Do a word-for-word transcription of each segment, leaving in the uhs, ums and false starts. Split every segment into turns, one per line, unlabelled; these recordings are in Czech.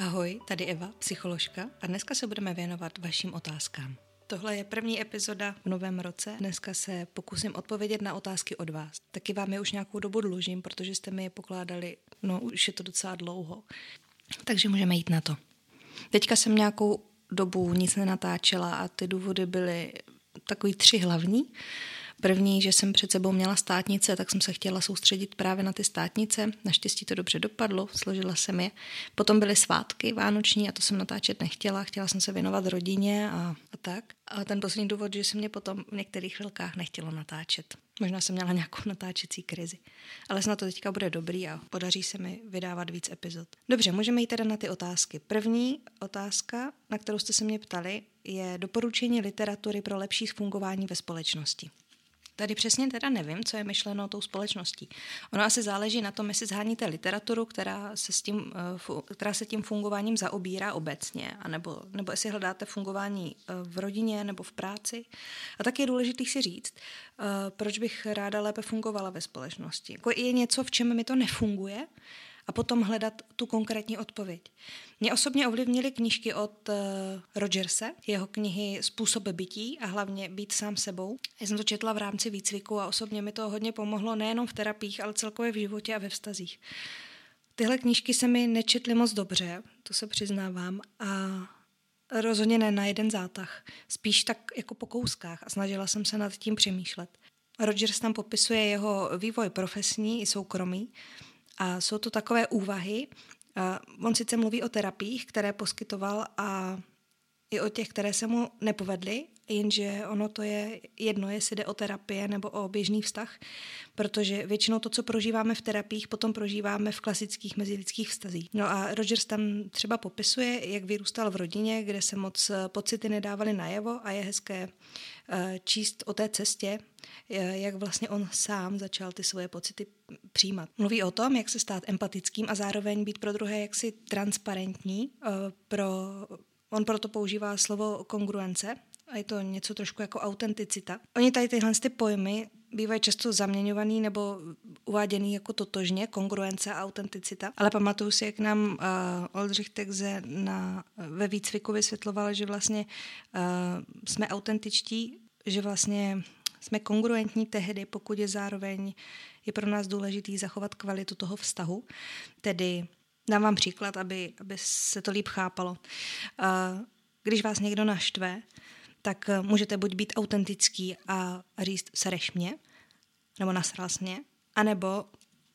Ahoj, tady Eva, psycholožka, a dneska se budeme věnovat vašim otázkám. Tohle je první epizoda v novém roce. Dneska se pokusím odpovědět na otázky od vás. Taky vám je už nějakou dobu dlužím, protože jste mi je pokládali, no už je to docela dlouho. Takže můžeme jít na to. Teďka jsem nějakou dobu nic nenatáčela a ty důvody byly takový tři hlavní. První, že jsem před sebou měla státnice, tak jsem se chtěla soustředit právě na ty státnice. Naštěstí to dobře dopadlo, složila jsem je. Potom byly svátky vánoční a to jsem natáčet nechtěla. Chtěla jsem se věnovat rodině a, a tak. A ten poslední důvod, že se mě potom v některých chvilkách nechtělo natáčet. Možná jsem měla nějakou natáčecí krizi. Ale snad to teďka bude dobrý a podaří se mi vydávat víc epizod. Dobře, můžeme jít teda na ty otázky. První otázka, na kterou jste se mě ptali, je doporučení literatury pro lepší fungování ve společnosti. Tady přesně teda nevím, co je myšleno tou společností. Ono asi záleží na tom, jestli zháníte literaturu, která se, s tím, která se tím fungováním zaobírá obecně, anebo, nebo jestli hledáte fungování v rodině nebo v práci. A tak je důležité si říct, proč bych ráda lépe fungovala ve společnosti. Jako je něco, v čem mi to nefunguje, a potom hledat tu konkrétní odpověď. Mě osobně ovlivnily knížky od uh, Rogerse, jeho knihy Způsob bytí a hlavně Být sám sebou. Já jsem to četla v rámci výcviku a osobně mi to hodně pomohlo nejenom v terapiích, ale celkově v životě a ve vztazích. Tyhle knížky se mi nečetly moc dobře, to se přiznávám, a rozhodně ne na jeden zátah. Spíš tak jako po kouskách a snažila jsem se nad tím přemýšlet. Rogers tam popisuje jeho vývoj profesní i soukromý, a jsou to takové úvahy. On sice mluví o terapiích, které poskytoval, a i o těch, které se mu nepovedly, jenže ono to je jedno, jestli jde o terapie nebo o běžný vztah, protože většinou to, co prožíváme v terapiích, potom prožíváme v klasických mezilidských vztazích. No a Rogers tam třeba popisuje, jak vyrůstal v rodině, kde se moc pocity nedávaly najevo, a je hezké číst o té cestě, jak vlastně on sám začal ty svoje pocity přijímat. Mluví o tom, jak se stát empatickým a zároveň být pro druhé jaksi transparentní. Pro, on proto používá slovo kongruence a je to něco trošku jako autenticita. Oni tady tyhle ty pojmy bývají často zaměňovaný nebo uváděný jako totožně, kongruence a autenticita. Ale pamatuju si, jak nám uh, Oldřich Tekze na, ve výcviku vysvětloval, že vlastně uh, jsme autentičtí, že vlastně jsme kongruentní tehdy, pokud je zároveň je pro nás důležitý zachovat kvalitu toho vztahu. Tedy dám vám příklad, aby, aby se to líp chápalo. Uh, když vás někdo naštve, tak můžete buď být autentický a říct sereš mě, nebo nasral jsi mě, anebo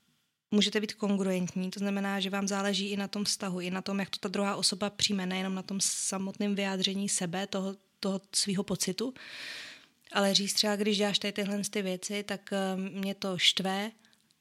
můžete být kongruentní, to znamená, že vám záleží i na tom vztahu, i na tom, jak to ta druhá osoba přijme, nejenom na tom samotném vyjádření sebe, toho, toho svého pocitu, ale říct třeba, když děláš tady tyhle ty věci, tak mě to štve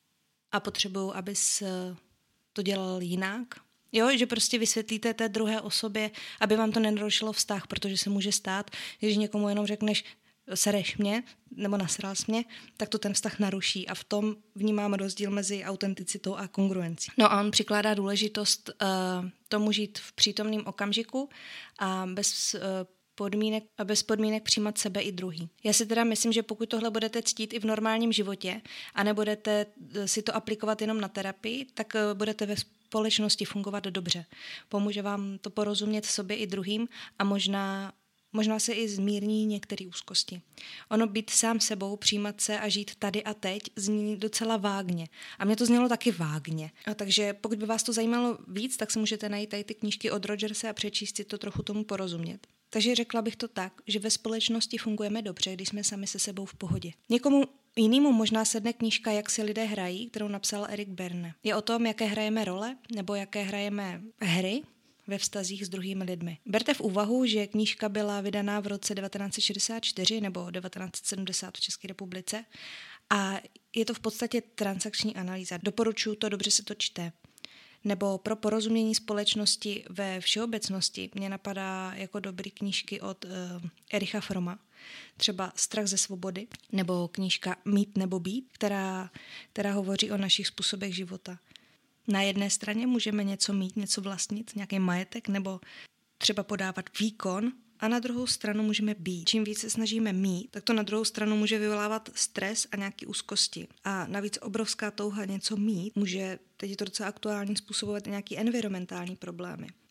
a potřebuju, abys to dělal jinak. Jo, že prostě vysvětlíte té druhé osobě, aby vám to nenarušilo vztah, protože se může stát, když někomu jenom řekneš sereš mě nebo nasral jsi mě, tak to ten vztah naruší, a v tom vnímám rozdíl mezi autenticitou a kongruencí. No a on přikládá důležitost uh, tomu žít v přítomném okamžiku a bez uh, podmínek a bez podmínek přijímat sebe i druhý. Já si teda myslím, že pokud tohle budete ctít i v normálním životě a nebudete si to aplikovat jenom na terapii, tak uh, budete ve společnosti fungovat dobře. Pomůže vám to porozumět sobě i druhým a možná, možná se i zmírní některé úzkosti. Ono být sám sebou, přijímat se a žít tady a teď zní docela vágně. A mě to znělo taky vágně. A takže pokud by vás to zajímalo víc, tak si můžete najít tady ty knížky od Rogerse a přečíst si to, trochu tomu porozumět. Takže řekla bych to tak, že ve společnosti fungujeme dobře, když jsme sami se sebou v pohodě. Někomu jinému možná sedne knížka Jak si lidé hrají, kterou napsal Eric Berne. Je o tom, jaké hrajeme role nebo jaké hrajeme hry ve vztazích s druhými lidmi. Berte v úvahu, že knížka byla vydaná v roce devatenáct set šedesát čtyři nebo devatenáct set sedmdesát v České republice a je to v podstatě transakční analýza. Doporučuji to, dobře se to čte. Nebo pro porozumění společnosti ve všeobecnosti mě napadá jako dobrý knížky od uh, Ericha Froma, třeba Strach ze svobody, nebo knížka Mít nebo být, která, která hovoří o našich způsobech života. Na jedné straně můžeme něco mít, něco vlastnit, nějaký majetek, nebo třeba podávat výkon, a na druhou stranu můžeme být. Čím víc se snažíme mít, tak to na druhou stranu může vyvolávat stres a nějaké úzkosti. A navíc obrovská touha něco mít může, teď je to docela aktuální, způsobovat nějaké environmentální problémy.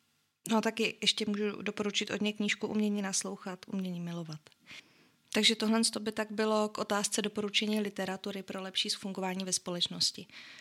No a taky ještě můžu doporučit od něj knížku Umění naslouchat, umění milovat. Takže tohle by tak bylo k otázce doporučení literatury pro lepší fungování ve společnosti.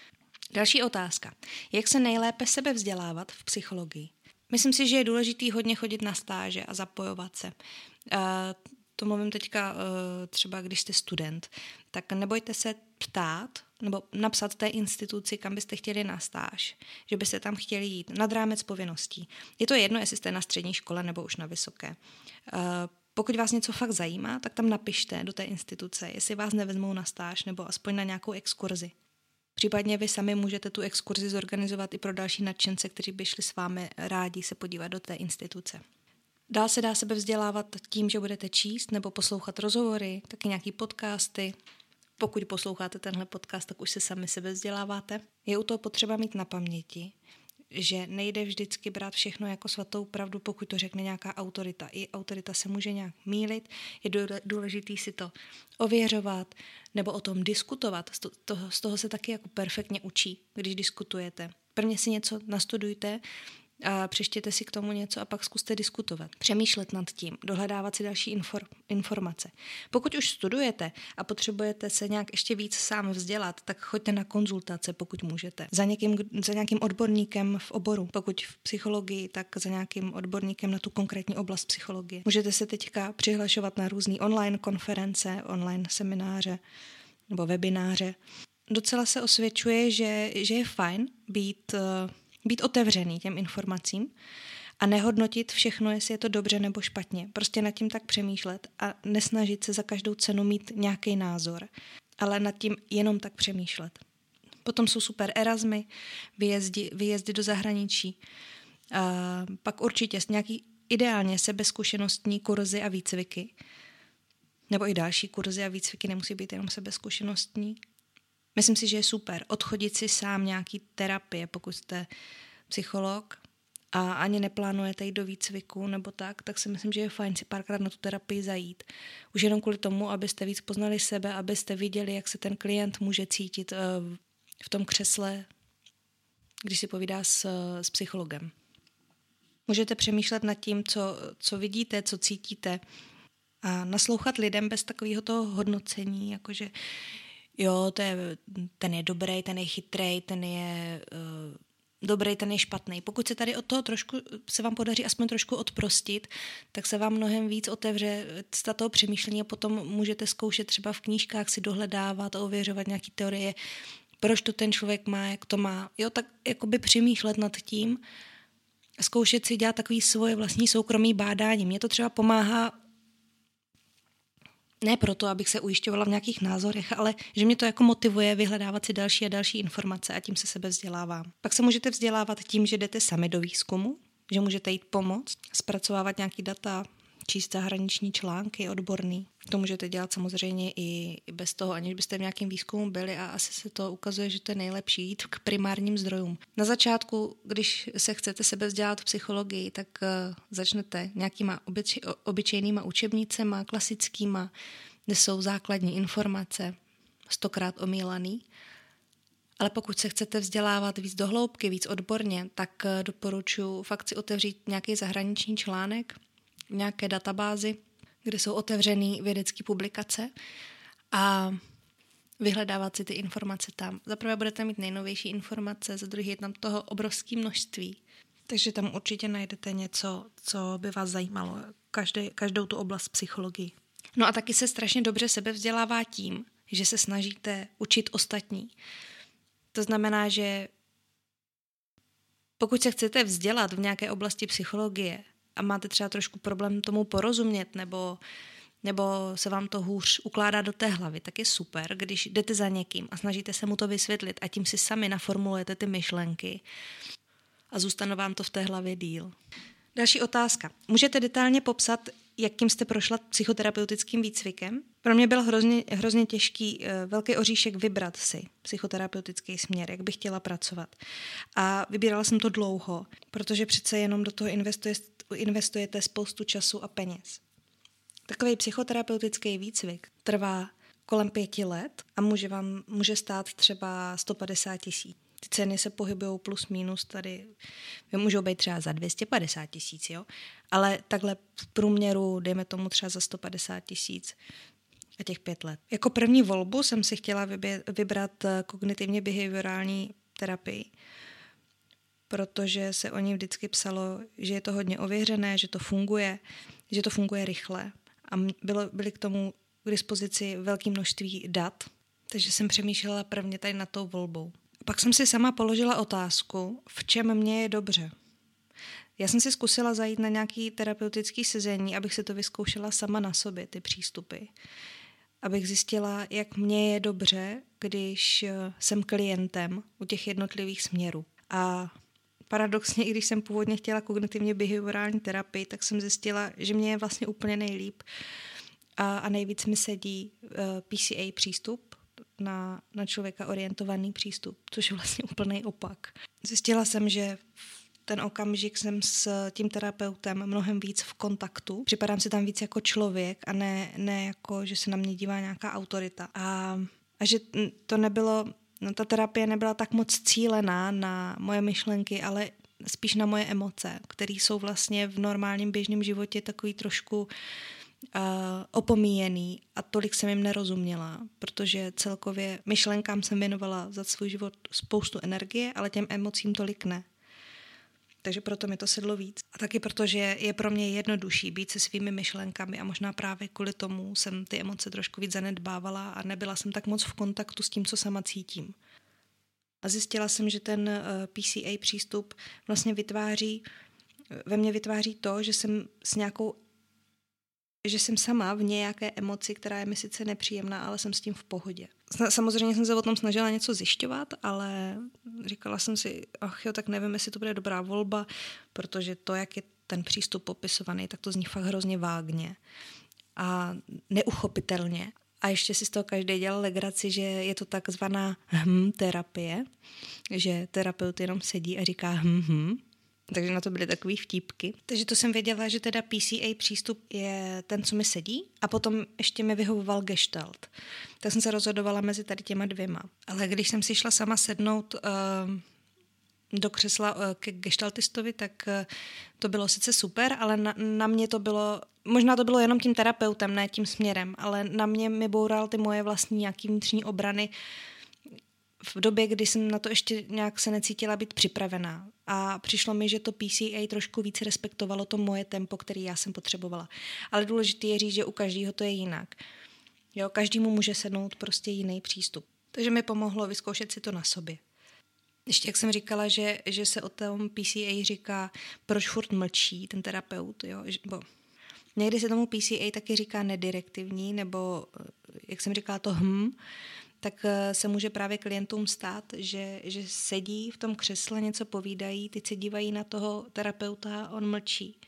Další otázka. Jak se nejlépe sebevzdělávat v psychologii? Myslím si, že je důležitý hodně chodit na stáže a zapojovat se. Uh, to mluvím teďka uh, třeba, když jste student. Tak nebojte se ptát nebo napsat té instituci, kam byste chtěli na stáž, že byste tam chtěli jít nad rámec povinností. Je to jedno, jestli jste na střední škole nebo už na vysoké. Uh, pokud vás něco fakt zajímá, tak tam napište do té instituce, jestli vás nevezmou na stáž nebo aspoň na nějakou exkurzi. Případně vy sami můžete tu exkurzi zorganizovat i pro další nadšence, kteří by šli s vámi rádi se podívat do té instituce. Dál se dá sebe vzdělávat tím, že budete číst nebo poslouchat rozhovory, taky nějaký podcasty. Pokud posloucháte tenhle podcast, tak už se sami sebe vzděláváte. Je u toho potřeba mít na paměti, že nejde vždycky brát všechno jako svatou pravdu, pokud to řekne nějaká autorita. I autorita se může nějak mýlit, je důležitý si to ověřovat nebo o tom diskutovat. Z toho, z toho se taky jako perfektně učí, když diskutujete. Prvně si něco nastudujte, a přečtěte si k tomu něco a pak zkuste diskutovat. Přemýšlet nad tím, dohledávat si další infor- informace. Pokud už studujete a potřebujete se nějak ještě víc sám vzdělat, tak choďte na konzultace, pokud můžete. Za někým, za nějakým odborníkem v oboru. Pokud v psychologii, tak za nějakým odborníkem na tu konkrétní oblast psychologie. Můžete se teďka přihlašovat na různé online konference, online semináře nebo webináře. Docela se osvědčuje, že, že je fajn být... být otevřený těm informacím a nehodnotit všechno, jestli je to dobře nebo špatně. Prostě nad tím tak přemýšlet a nesnažit se za každou cenu mít nějaký názor, ale nad tím jenom tak přemýšlet. Potom jsou super Erasmy, vyjezdy, vyjezdy do zahraničí. A pak určitě nějaký ideálně sebezkušenostní kurzy a výcviky. Nebo i další kurzy a výcviky, nemusí být jenom sebezkušenostní. Myslím si, že je super odchodit si sám nějaký terapie, pokud jste psycholog a ani neplánujete jít do výcviku nebo tak, tak si myslím, že je fajn si párkrát na tu terapii zajít. Už jenom kvůli tomu, abyste víc poznali sebe, abyste viděli, jak se ten klient může cítit v tom křesle, když si povídá s, s psychologem. Můžete přemýšlet nad tím, co, co vidíte, co cítíte a naslouchat lidem bez takového toho hodnocení, jakože jo, to je, ten je dobrý, ten je chytrej, ten je uh, dobrý, ten je špatný. Pokud se tady od toho trošku, se vám podaří aspoň trošku odprostit, tak se vám mnohem víc otevře z toho přemýšlení a potom můžete zkoušet třeba v knížkách si dohledávat a ověřovat nějaké teorie, proč to ten člověk má, jak to má. Jo, tak jakoby přemýšlet nad tím a zkoušet si dělat takový svoje vlastní soukromý bádání. Mně to třeba pomáhá ne proto, abych se ujišťovala v nějakých názorech, ale že mě to jako motivuje vyhledávat si další a další informace a tím se sebe vzdělávám. Pak se můžete vzdělávat tím, že jdete sami do výzkumu, že můžete jít pomoct, zpracovávat nějaký data, číst zahraniční články odborný. To můžete dělat samozřejmě i bez toho, aniž byste v nějakém výzkumu byli a asi se to ukazuje, že to je nejlepší jít k primárním zdrojům. Na začátku, když se chcete sebe vzdělat v psychologii, tak uh, začnete nějakýma obyč, obyčejnýma učebnicema, klasickýma, kde jsou základní informace, stokrát omílaný. Ale pokud se chcete vzdělávat víc do hloubky, víc odborně, tak uh, doporučuji fakt si otevřít nějaký zahraniční článek, nějaké databázy, kde jsou otevřené vědecké publikace a vyhledávat si ty informace tam. Za prvé budete mít nejnovější informace, za druhé je tam toho obrovské množství. Takže tam určitě najdete něco, co by vás zajímalo, každý, každou tu oblast psychologii. No a taky se strašně dobře sebevzdělává tím, že se snažíte učit ostatní. To znamená, že pokud se chcete vzdělat v nějaké oblasti psychologie, a máte třeba trošku problém tomu porozumět, nebo, nebo se vám to hůř ukládá do té hlavy, tak je super, když jdete za někým a snažíte se mu to vysvětlit a tím si sami naformulujete ty myšlenky a zůstane vám to v té hlavě díl. Další otázka. Můžete detailně popsat, jakým jste prošla psychoterapeutickým výcvikem? Pro mě byl hrozně, hrozně těžký velký oříšek vybrat si psychoterapeutický směr, jak bych chtěla pracovat. A vybírala jsem to dlouho, protože přece jenom do toho investuje, investujete spoustu času a peněz. Takový psychoterapeutický výcvik trvá kolem pěti let a může vám může stát třeba sto padesát tisíc. Ty ceny se pohybují plus minus tady, můžou být třeba za dvě stě padesát tisíc, jo? Ale takhle v průměru, dejme tomu třeba za sto padesát tisíc a těch pět let. Jako první volbu jsem si chtěla vybě- vybrat kognitivně behaviorální terapii, protože se o ní vždycky psalo, že je to hodně ověřené, že to funguje, že to funguje rychle a bylo, byly k tomu k dispozici velké množství dat, takže jsem přemýšlela prvně tady nad tou volbou. Pak jsem si sama položila otázku, v čem mě je dobře. Já jsem si zkusila zajít na nějaký terapeutický sezení, abych si to vyzkoušela sama na sobě, ty přístupy. Abych zjistila, jak mě je dobře, když jsem klientem u těch jednotlivých směrů. A paradoxně, i když jsem původně chtěla kognitivně behaviorální terapii, tak jsem zjistila, že mě je vlastně úplně nejlíp a, a nejvíc mi sedí uh, P C A přístup, na, na člověka orientovaný přístup, což je vlastně úplný opak. Zjistila jsem, že v ten okamžik jsem s tím terapeutem mnohem víc v kontaktu. Připadám si tam víc jako člověk a ne, ne jako, že se na mě dívá nějaká autorita. A, a že to nebylo, no, ta terapie nebyla tak moc cílená na moje myšlenky, ale spíš na moje emoce, které jsou vlastně v normálním běžném životě takový trošku Uh, opomíjený a tolik jsem jim nerozuměla, protože celkově myšlenkám jsem věnovala za svůj život spoustu energie, ale těm emocím tolik ne. Takže proto mi to sedlo víc. A taky protože je pro mě jednodušší být se svými myšlenkami a možná právě kvůli tomu jsem ty emoce trošku víc zanedbávala a nebyla jsem tak moc v kontaktu s tím, co sama cítím. A zjistila jsem, že ten uh, P C A přístup vlastně vytváří, ve mně vytváří to, že jsem s nějakou že jsem sama v nějaké emoci, která je mi sice nepříjemná, ale jsem s tím v pohodě. Samozřejmě jsem se o tom snažila něco zjišťovat, ale říkala jsem si, ach jo, tak nevím, jestli to bude dobrá volba, protože to, jak je ten přístup popisovaný, tak to zní fakt hrozně vágně a neuchopitelně. A ještě si z toho každý dělal legraci, že je to takzvaná hm terapie, že terapeut jenom sedí a říká hm hm. Takže na to byly takový vtípky. Takže to jsem věděla, že teda P C A přístup je ten, co mi sedí a potom ještě mi vyhovoval gestalt. Tak jsem se rozhodovala mezi tady těma dvěma. Ale když jsem si šla sama sednout uh, do křesla uh, ke gestaltistovi, tak uh, to bylo sice super, ale na, na mě to bylo, možná to bylo jenom tím terapeutem, ne tím směrem, ale na mě mi boural ty moje vlastní nějaký vnitřní obrany v době, kdy jsem na to ještě nějak se necítila být připravená. A přišlo mi, že to P C A trošku víc respektovalo to moje tempo, který já jsem potřebovala. Ale důležité je říct, že u každého to je jinak. Jo, každému může sednout prostě jiný přístup. Takže mi pomohlo vyzkoušet si to na sobě. Ještě jak jsem říkala, že, že se o tom P C A říká, proč furt mlčí ten terapeut. Jo? Bo někdy se tomu P C A taky říká nedirektivní, nebo jak jsem říkala to hm, tak se může právě klientům stát, že, že sedí v tom křesle, něco povídají, teď se dívají na toho terapeuta a on mlčí.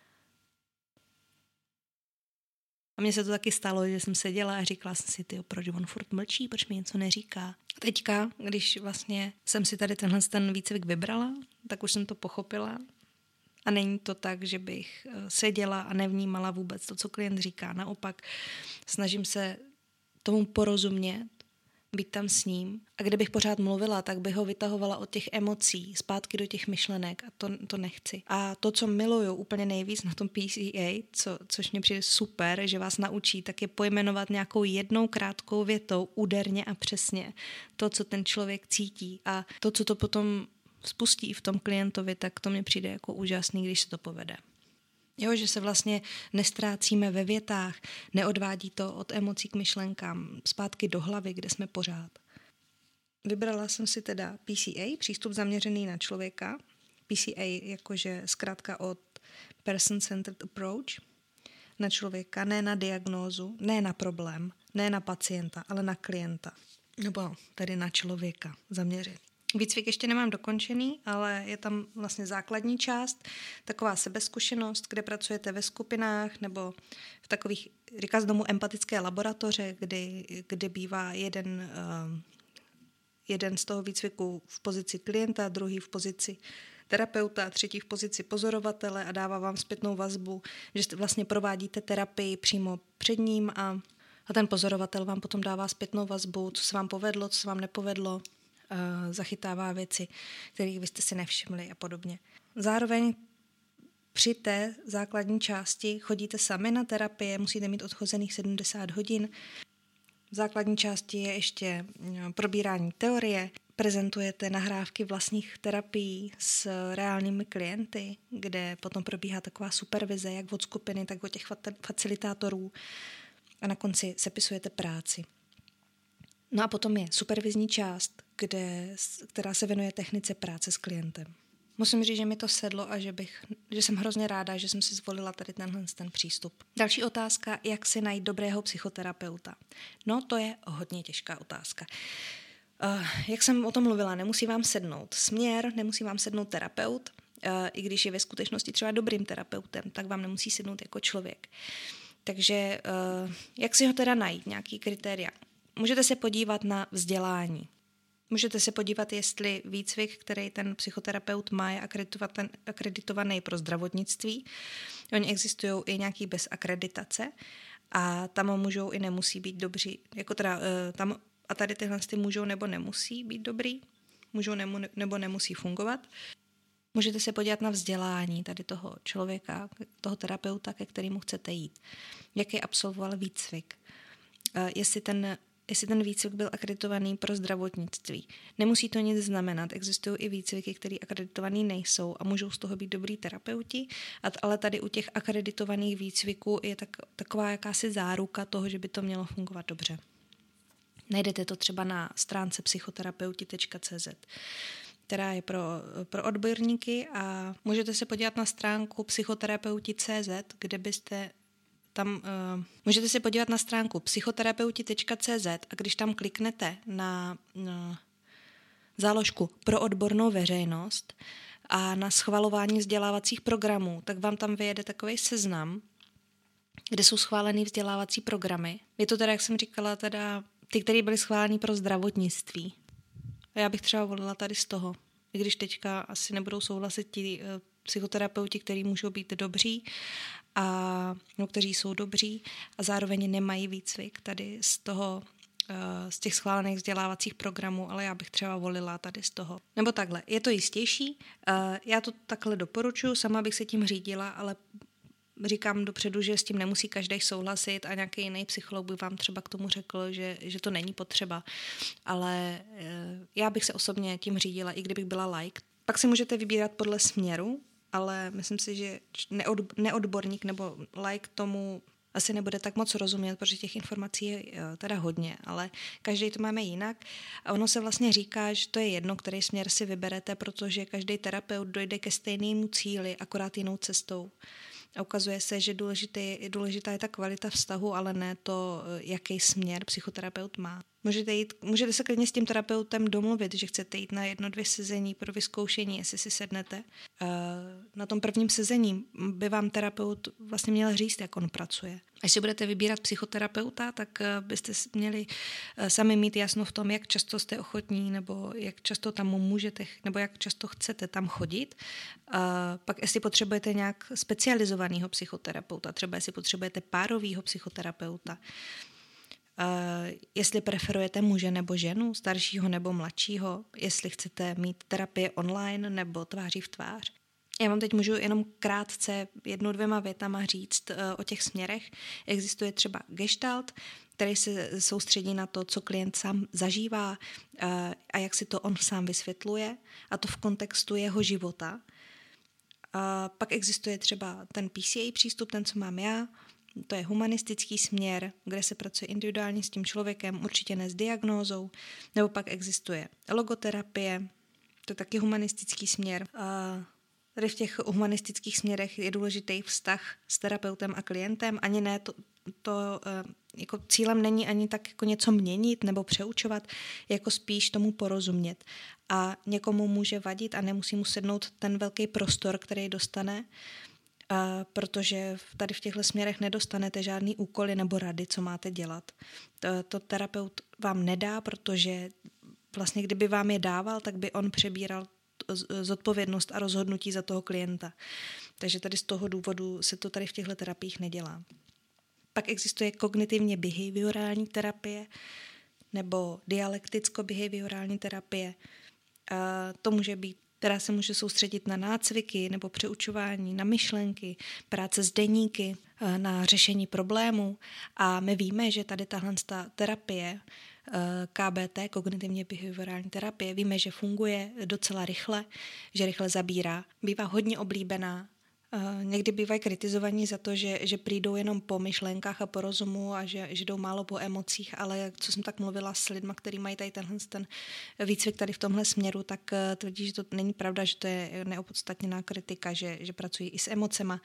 A mně se to taky stalo, že jsem seděla a říkala jsem si, tyjo, proč on furt mlčí, proč mi něco neříká. A teďka, když vlastně jsem si tady tenhle ten výcvik vybrala, tak už jsem to pochopila. A není to tak, že bych seděla a nevnímala vůbec to, co klient říká. Naopak snažím se tomu porozumět, být tam s ním. A kdybych pořád mluvila, tak bych ho vytahovala od těch emocí zpátky do těch myšlenek a to, to nechci. A to, co miluju úplně nejvíc na tom P C A, co, což mě přijde super, že vás naučí, tak je pojmenovat nějakou jednou krátkou větou úderně a přesně to, co ten člověk cítí. A to, co to potom spustí v tom klientovi, tak to mě přijde jako úžasný, když se to povede. Jo, že se vlastně nestrácíme ve větách, neodvádí to od emocí k myšlenkám, zpátky do hlavy, kde jsme pořád. Vybrala jsem si teda P C A, přístup zaměřený na člověka. P C A jakože zkrátka od Person-Centered Approach, na člověka, ne na diagnózu, ne na problém, ne na pacienta, ale na klienta. Nebo tedy na člověka zaměřený. Výcvik ještě nemám dokončený, ale je tam vlastně základní část, taková sebezkušenost, kde pracujete ve skupinách nebo v takových, říká z domu empatické laboratoře, kdy, kdy bývá jeden, uh, jeden z toho výcviku v pozici klienta, druhý v pozici terapeuta, třetí v pozici pozorovatele a dává vám zpětnou vazbu, že vlastně provádíte terapii přímo před ním a, a ten pozorovatel vám potom dává zpětnou vazbu, co se vám povedlo, co se vám nepovedlo. zachytává věci, kterých vy jste si nevšimli a podobně. Zároveň při té základní části chodíte sami na terapie, musíte mít odchozených sedmdesát hodin. V základní části je ještě probírání teorie, prezentujete nahrávky vlastních terapií s reálnými klienty, kde potom probíhá taková supervize, jak od skupiny, tak od těch facilitátorů a na konci sepisujete práci. No a potom je supervizní část, kde, která se věnuje technice práce s klientem. Musím říct, že mi to sedlo a že, bych, že jsem hrozně ráda, že jsem si zvolila tady tenhle ten přístup. Další otázka, jak si najít dobrého psychoterapeuta. No, to je hodně těžká otázka. Uh, jak jsem o tom mluvila, nemusí vám sednout směr, nemusí vám sednout terapeut, uh, i když je ve skutečnosti třeba dobrým terapeutem, tak vám nemusí sednout jako člověk. Takže uh, jak si ho teda najít, nějaký kritéria? Můžete se podívat na vzdělání. Můžete se podívat, jestli výcvik, který ten psychoterapeut má, je akreditovaný pro zdravotnictví. Oni existují i nějaký bez akreditace a tam můžou i nemusí být dobří. Jako teda, tam, a tady tyhle ty můžou nebo nemusí být dobrý, můžou nemu, nebo nemusí fungovat. Můžete se podívat na vzdělání tady toho člověka, toho terapeuta, ke kterému chcete jít. Jaký absolvoval výcvik. Jestli ten jestli ten výcvik byl akreditovaný pro zdravotnictví. Nemusí to nic znamenat, existují i výcviky, které akreditovaný nejsou a můžou z toho být dobrý terapeuti, ale tady u těch akreditovaných výcviků je tak, taková jakási záruka toho, že by to mělo fungovat dobře. Najdete to třeba na stránce psychoterapeuti tečka cé zet, která je pro, pro odborníky a můžete se podívat na stránku psychoterapeuti tečka cé zet, kde byste Tam uh, můžete se podívat na stránku psychoterapeuti tečka cé zet a když tam kliknete na, na záložku pro odbornou veřejnost a na schvalování vzdělávacích programů, tak vám tam vyjede takový seznam, kde jsou schválený vzdělávací programy. Je to teda, jak jsem říkala, teda ty, které byly schváleny pro zdravotnictví. A já bych třeba volila tady z toho, i když teďka asi nebudou souhlasit ti uh, psychoterapeuti, kteří můžou být dobří, a, no, kteří jsou dobří a zároveň nemají výcvik tady z toho, z těch schválených vzdělávacích programů, ale já bych třeba volila tady z toho. Nebo takhle, je to jistější, já to takhle doporučuji, sama bych se tím řídila, ale říkám dopředu, že s tím nemusí každý souhlasit a nějaký jiný psycholog by vám třeba k tomu řekl, že, že to není potřeba, ale já bych se osobně tím řídila, i kdybych byla like. Pak si můžete vybírat podle směru, ale myslím si, že neod, neodborník nebo like tomu asi nebude tak moc rozumět, protože těch informací je teda hodně, ale každý to máme jinak. A ono se vlastně říká, že to je jedno, který směr si vyberete, protože každý terapeut dojde ke stejnému cíli, akorát jinou cestou. A ukazuje se, že důležitý, důležitá je ta kvalita vztahu, ale ne to, jaký směr psychoterapeut má. Můžete, jít, můžete se klidně s tím terapeutem domluvit, že chcete jít na jedno, dvě sezení pro vyzkoušení, jestli si sednete. Na tom prvním sezení by vám terapeut vlastně měl říct, jak on pracuje. Až si budete vybírat psychoterapeuta, tak byste měli sami mít jasno v tom, jak často jste ochotní, nebo jak často tam můžete, nebo jak často chcete tam chodit. Pak jestli potřebujete nějak specializovaného psychoterapeuta, třeba jestli potřebujete párového psychoterapeuta, Uh, jestli preferujete muže nebo ženu, staršího nebo mladšího, jestli chcete mít terapie online nebo tváří v tvář. Já vám teď můžu jenom krátce jednou, dvěma větama říct uh, o těch směrech. Existuje třeba gestalt, který se soustředí na to, co klient sám zažívá uh, a jak si to on sám vysvětluje, a to v kontextu jeho života. Uh, pak existuje třeba ten P C A přístup, ten, co mám já. To je humanistický směr, kde se pracuje individuálně s tím člověkem, určitě ne s diagnózou. Nebo pak existuje logoterapie, to je taky humanistický směr. A tady v těch humanistických směrech je důležitý vztah s terapeutem a klientem. Ani ne to, to jako cílem není ani tak jako něco měnit nebo přeučovat, jako spíš tomu porozumět. A někomu může vadit a nemusí mu sednout ten velký prostor, který dostane, Uh, protože tady v těchto směrech nedostanete žádný úkoly nebo rady, co máte dělat. To, to terapeut vám nedá, protože vlastně kdyby vám je dával, tak by on přebíral zodpovědnost a rozhodnutí za toho klienta. Takže tady z toho důvodu se to tady v těchto terapiích nedělá. Pak existuje kognitivně behaviorální terapie, nebo dialekticko-behaviorální terapie. A to může být, která se může soustředit na nácviky nebo přeučování, na myšlenky, práce s deníky, na řešení problémů. A my víme, že tady tahle terapie, K B T, kognitivně behaviorální terapie, víme, že funguje docela rychle, že rychle zabírá. Bývá hodně oblíbená. Někdy bývají kritizovaní za to, že, že přijdou jenom po myšlenkách a po rozumu a že, že jdou málo po emocích, ale co jsem tak mluvila s lidma, kteří mají tady tenhle ten výcvik tady v tomhle směru, tak tvrdí, že to není pravda, že to je neopodstatněná kritika, že, že pracují i s emocema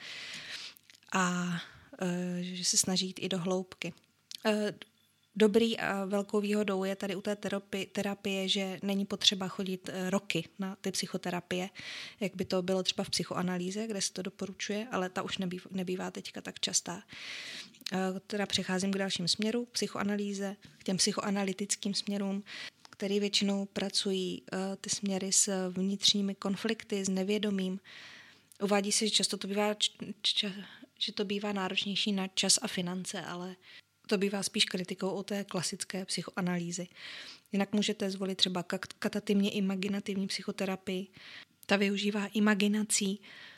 a že se snaží jít i do hloubky. Dobrý a velkou výhodou je tady u té terapie, terapie, že není potřeba chodit roky na ty psychoterapie, jak by to bylo třeba v psychoanalýze, kde se to doporučuje, ale ta už nebývá, nebývá teďka tak častá. Teda přecházím k dalším směru, k psychoanalýze, k těm psychoanalytickým směrům, který většinou pracují ty směry s vnitřními konflikty, s nevědomím. Uvádí se, že často to bývá, č, že to bývá náročnější na čas a finance, ale to bývá spíš kritikou o té klasické psychoanalýzy. Jinak můžete zvolit třeba katativně imaginativní psychoterapii. Ta využívá imaginací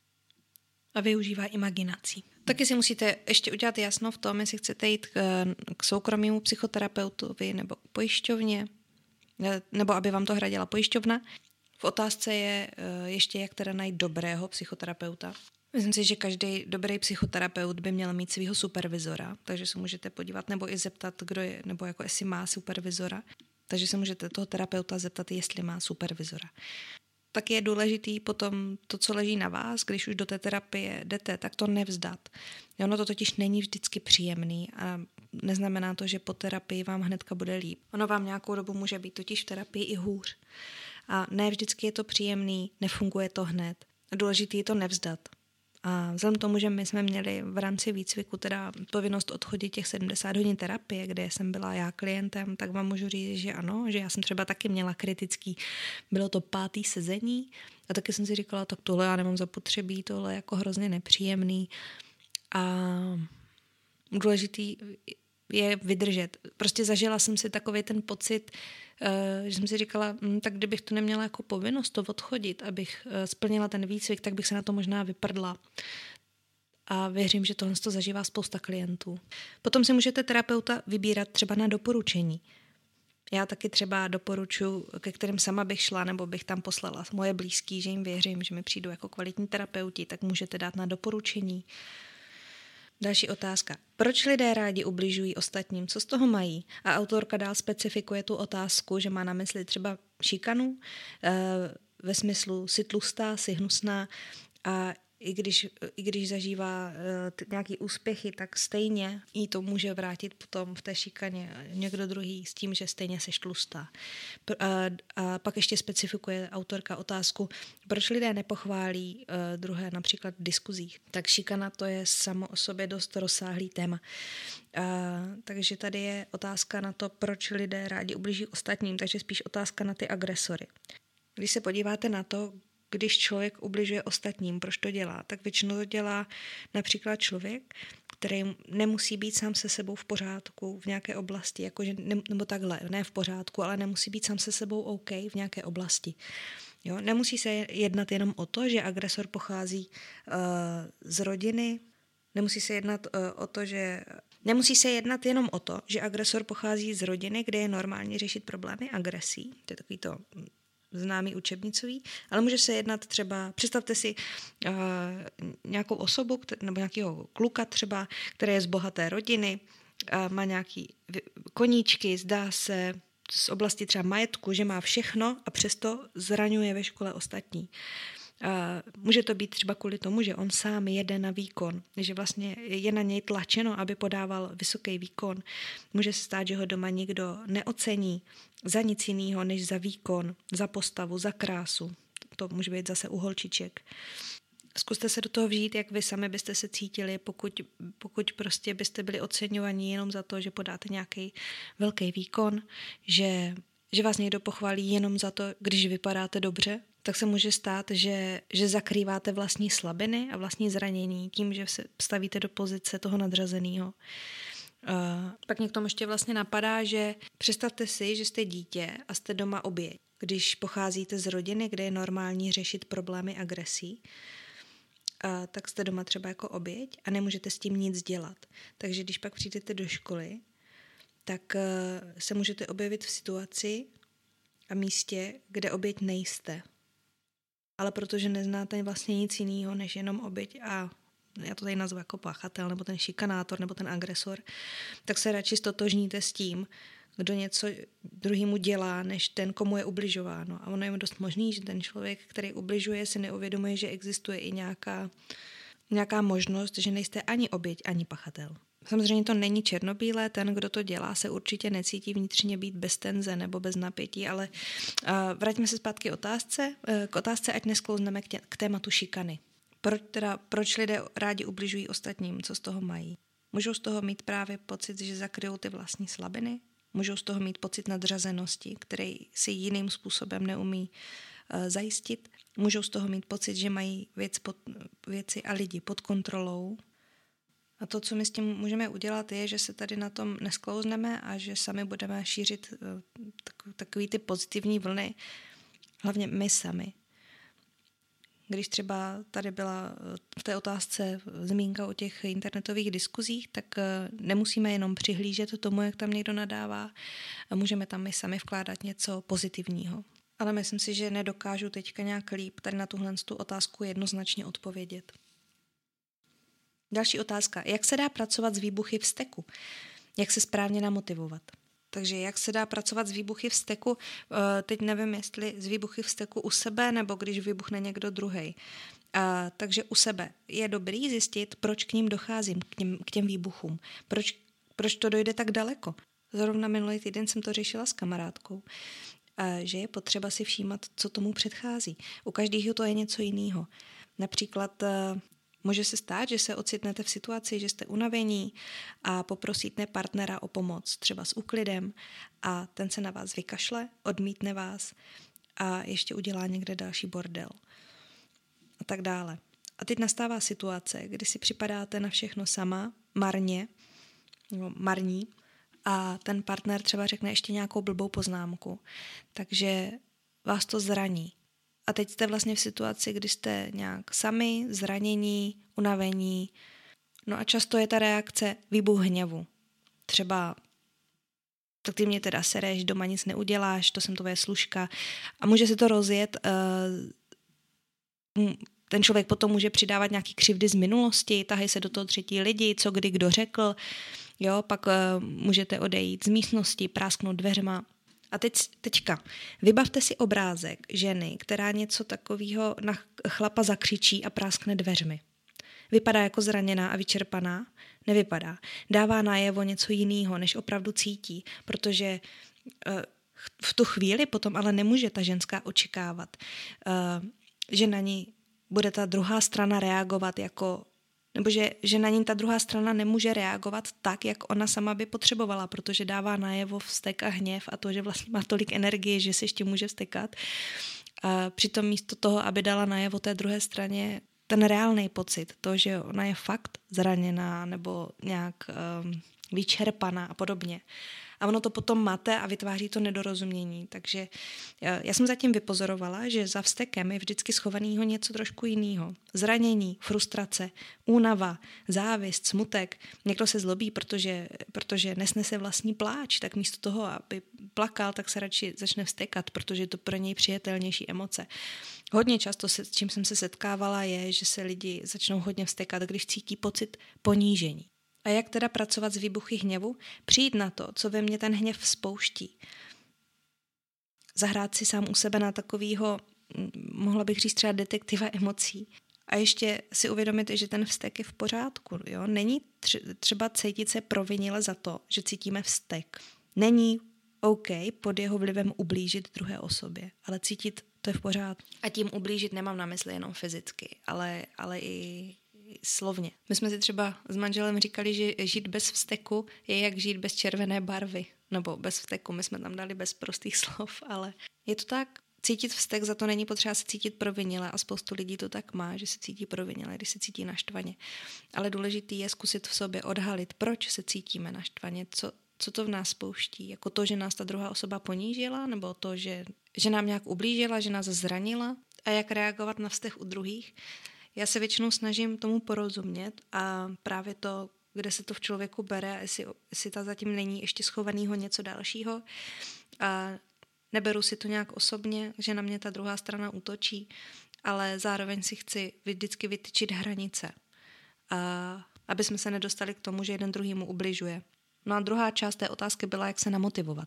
a využívá imaginací. Taky si musíte ještě udělat jasno v tom, jestli chcete jít k, k soukromému psychoterapeutovi nebo k pojišťovně, nebo aby vám to hradila pojišťovna. V otázce je ještě, jak teda najít dobrého psychoterapeuta. Myslím si, že každý dobrý psychoterapeut by měl mít svého supervizora, takže se můžete podívat nebo i zeptat, kdo je, nebo jako jestli má supervizora. Takže se můžete toho terapeuta zeptat, jestli má supervizora. Tak je důležitý potom to, co leží na vás, když už do té terapie jdete, tak to nevzdat. Ono to totiž není vždycky příjemný a neznamená to, že po terapii vám hnedka bude líp. Ono vám nějakou dobu může být totiž v terapii i hůř. A ne vždycky je to příjemný, nefunguje to hned. Důležitý je to nevzdat. A vzhledem k tomu, že my jsme měli v rámci výcviku teda povinnost odchodit těch sedmdesát hodin terapie, kde jsem byla já klientem, tak vám můžu říct, že ano, že já jsem třeba taky měla kritický, bylo to pátý sezení a taky jsem si říkala, tak tohle já nemám zapotřebí, tohle je jako hrozně nepříjemný a důležitý je vydržet. Prostě zažila jsem si takový ten pocit, že jsem si říkala, tak kdybych to neměla jako povinnost to odchodit, abych splnila ten výcvik, tak bych se na to možná vyprdla. A věřím, že tohle to zažívá spousta klientů. Potom si můžete terapeuta vybírat třeba na doporučení. Já taky třeba doporučuji, ke kterým sama bych šla, nebo bych tam poslala moje blízký, že jim věřím, že mi přijdou jako kvalitní terapeuti, tak můžete dát na doporučení. Další otázka. Proč lidé rádi ubližují ostatním? Co z toho mají? A autorka dál specifikuje tu otázku, že má na mysli třeba šikanu, e, ve smyslu si tlustá, si hnusná a i když, i když zažívá e, t- nějaký úspěchy, tak stejně jí to může vrátit potom v té šikaně někdo druhý s tím, že stejně seš tlustá. A, a pak ještě specifikuje autorka otázku, proč lidé nepochválí e, druhé například v diskuzích. Tak šikana to je samo o sobě dost rozsáhlý téma. A, takže tady je otázka na to, proč lidé rádi ubližují ostatním, takže spíš otázka na ty agresory. Když se podíváte na to, když člověk ubližuje ostatním, proč to dělá, tak většinou to dělá například člověk, který nemusí být sám se sebou v pořádku v nějaké oblasti, jakože, nebo takhle, ne v pořádku, ale nemusí být sám se sebou OK v nějaké oblasti. Jo? Nemusí se jednat jenom o to, že agresor pochází uh, z rodiny, nemusí se jednat uh, o to, že Nemusí se jednat jenom o to, že agresor pochází z rodiny, kde je normálně řešit problémy agresí, to je takový to známý učebnicový, ale může se jednat třeba, představte si uh, nějakou osobu, kter- nebo nějakého kluka třeba, který je z bohaté rodiny, uh, má nějaký koníčky, zdá se z oblasti třeba majetku, že má všechno a přesto zraňuje ve škole ostatní. Uh, může to být třeba kvůli tomu, že on sám jede na výkon, že vlastně je na něj tlačeno, aby podával vysoký výkon. Může se stát, že ho doma nikdo neocení za nic jiného, než za výkon, za postavu, za krásu. To může být zase u holčiček. Zkuste se do toho vžít, jak vy sami byste se cítili, pokud, pokud prostě byste byli oceňovaní jenom za to, že podáte nějaký velký výkon, že, že vás někdo pochválí jenom za to, když vypadáte dobře, tak se může stát, že, že zakrýváte vlastní slabiny a vlastní zranění tím, že se stavíte do pozice toho nadřazeného. Uh, pak mě k tomu ještě vlastně napadá, že představte si, že jste dítě a jste doma oběť. Když pocházíte z rodiny, kde je normální řešit problémy agresí, uh, tak jste doma třeba jako oběť a nemůžete s tím nic dělat. Takže když pak přijdete do školy, tak uh, se můžete objevit v situaci a místě, kde oběť nejste. Ale protože neznáte vlastně nic jiného, než jenom oběť a já to tady nazvu jako pachatel, nebo ten šikanátor, nebo ten agresor, tak se radši stotožníte s tím, kdo něco druhému dělá, než ten, komu je ubližováno. A ono je dost možný, že ten člověk, který ubližuje, si neuvědomuje, že existuje i nějaká, nějaká možnost, že nejste ani oběť, ani pachatel. Samozřejmě to není černobílé, ten, kdo to dělá, se určitě necítí vnitřně být bez tenze nebo bez napětí, ale uh, vraťme se zpátky otázce, uh, k otázce, ať nesklouzneme k, tě, k tématu šikany. Proč, teda, proč lidé rádi ubližují ostatním, co z toho mají? Můžou z toho mít právě pocit, že zakryjou ty vlastní slabiny? Můžou z toho mít pocit nadřazenosti, který si jiným způsobem neumí uh, zajistit? Můžou z toho mít pocit, že mají věc pod, věci a lidi pod kontrolou? A to, co my s tím můžeme udělat, je, že se tady na tom nesklouzneme a že sami budeme šířit uh, takový ty pozitivní vlny, hlavně my sami. Když třeba tady byla v té otázce zmínka o těch internetových diskuzích, tak nemusíme jenom přihlížet tomu, jak tam někdo nadává, a můžeme tam my sami vkládat něco pozitivního. Ale myslím si, že nedokážu teďka nějak líp tady na tuhle tu otázku jednoznačně odpovědět. Další otázka. Jak se dá pracovat s výbuchy vzteku? Jak se správně namotivovat? Takže jak se dá pracovat s výbuchy vzteku? Teď nevím, jestli z výbuchy vzteku u sebe, nebo když vybuchne někdo druhej. Takže u sebe je dobrý zjistit, proč k ním docházím, k těm, k těm výbuchům. Proč, proč to dojde tak daleko? Zrovna minulý týden jsem to řešila s kamarádkou, že je potřeba si všímat, co tomu předchází. U každého to je něco jiného. Například může se stát, že se ocitnete v situaci, že jste unavení a poprosíte partnera o pomoc, třeba s úklidem, a ten se na vás vykašle, odmítne vás a ještě udělá někde další bordel a tak dále. A teď nastává situace, kdy si připadáte na všechno sama, marně, no, marní, a ten partner třeba řekne ještě nějakou blbou poznámku, takže vás to zraní. A teď jste vlastně v situaci, kdy jste nějak sami, zranění, unavení. No a často je ta reakce výbuch hněvu. Třeba, tak ty mě teda sereš, doma nic neuděláš, to jsem tvoje služka. A může se to rozjet. Ten člověk potom může přidávat nějaký křivdy z minulosti, tahají se do toho třetí lidi, co kdy kdo řekl. Jo, pak můžete odejít z místnosti, prásknout dveřma. A teď, teďka, vybavte si obrázek ženy, která něco takového na chlapa zakřičí a práskne dveřmi. Vypadá jako zraněná a vyčerpaná? Nevypadá. Dává najevo něco jiného, než opravdu cítí, protože uh, v tu chvíli potom ale nemůže ta ženská očekávat, uh, že na ní bude ta druhá strana reagovat jako, nebo že, že na ní ta druhá strana nemůže reagovat tak, jak ona sama by potřebovala, protože dává najevo vztek a hněv a to, že vlastně má tolik energie, že se ještě může vztekat. A přitom místo toho, aby dala najevo té druhé straně ten reálný pocit, to, že ona je fakt zraněná nebo nějak um, vyčerpaná a podobně. A ono to potom mate a vytváří to nedorozumění. Takže já jsem zatím vypozorovala, že za vztekem je vždycky schovanýho něco trošku jiného. Zranění, frustrace, únava, závist, smutek. Někdo se zlobí, protože, protože nesnese vlastní pláč, tak místo toho, aby plakal, tak se radši začne vztekat, protože je to pro něj přijatelnější emoce. Hodně často, se, s čím jsem se setkávala, je, že se lidi začnou hodně vztekat, když cítí pocit ponížení. A jak teda pracovat s výbuchy hněvu? Přijít na to, co ve mně ten hněv spouští. Zahrát si sám u sebe na takovýho, mohla bych říct třeba detektiva emocí. A ještě si uvědomit, že ten vztek je v pořádku. Jo? Není třeba cítit se provinile za to, že cítíme vztek. Není OK pod jeho vlivem ublížit druhé osobě, ale cítit to je v pořádku. A tím ublížit nemám na mysli jenom fyzicky, ale, ale i slovně. My jsme si třeba s manželem říkali, že žít bez vzteku je jak žít bez červené barvy, nebo bez vzteku. My jsme tam dali bez prostých slov, ale je to tak. cítit vztek, za to není potřeba se cítit provinile a spoustu lidí to tak má, že se cítí provinile, když se cítí naštvaně. Ale důležitý je zkusit v sobě odhalit, proč se cítíme naštvaně, co, co to v nás spouští. Jako to, že nás ta druhá osoba ponížila, nebo to, že, že nám nějak ublížila, že nás zranila a jak reagovat na vztah u druhých. Já se většinou snažím tomu porozumět a právě to, kde se to v člověku bere a jestli, jestli ta zatím není ještě schovanýho něco dalšího a neberu si to nějak osobně, že na mě ta druhá strana útočí, ale zároveň si chci vždycky vytyčit hranice, a aby jsme se nedostali k tomu, že jeden druhýmu ubližuje. No a druhá část té otázky byla, jak se namotivovat.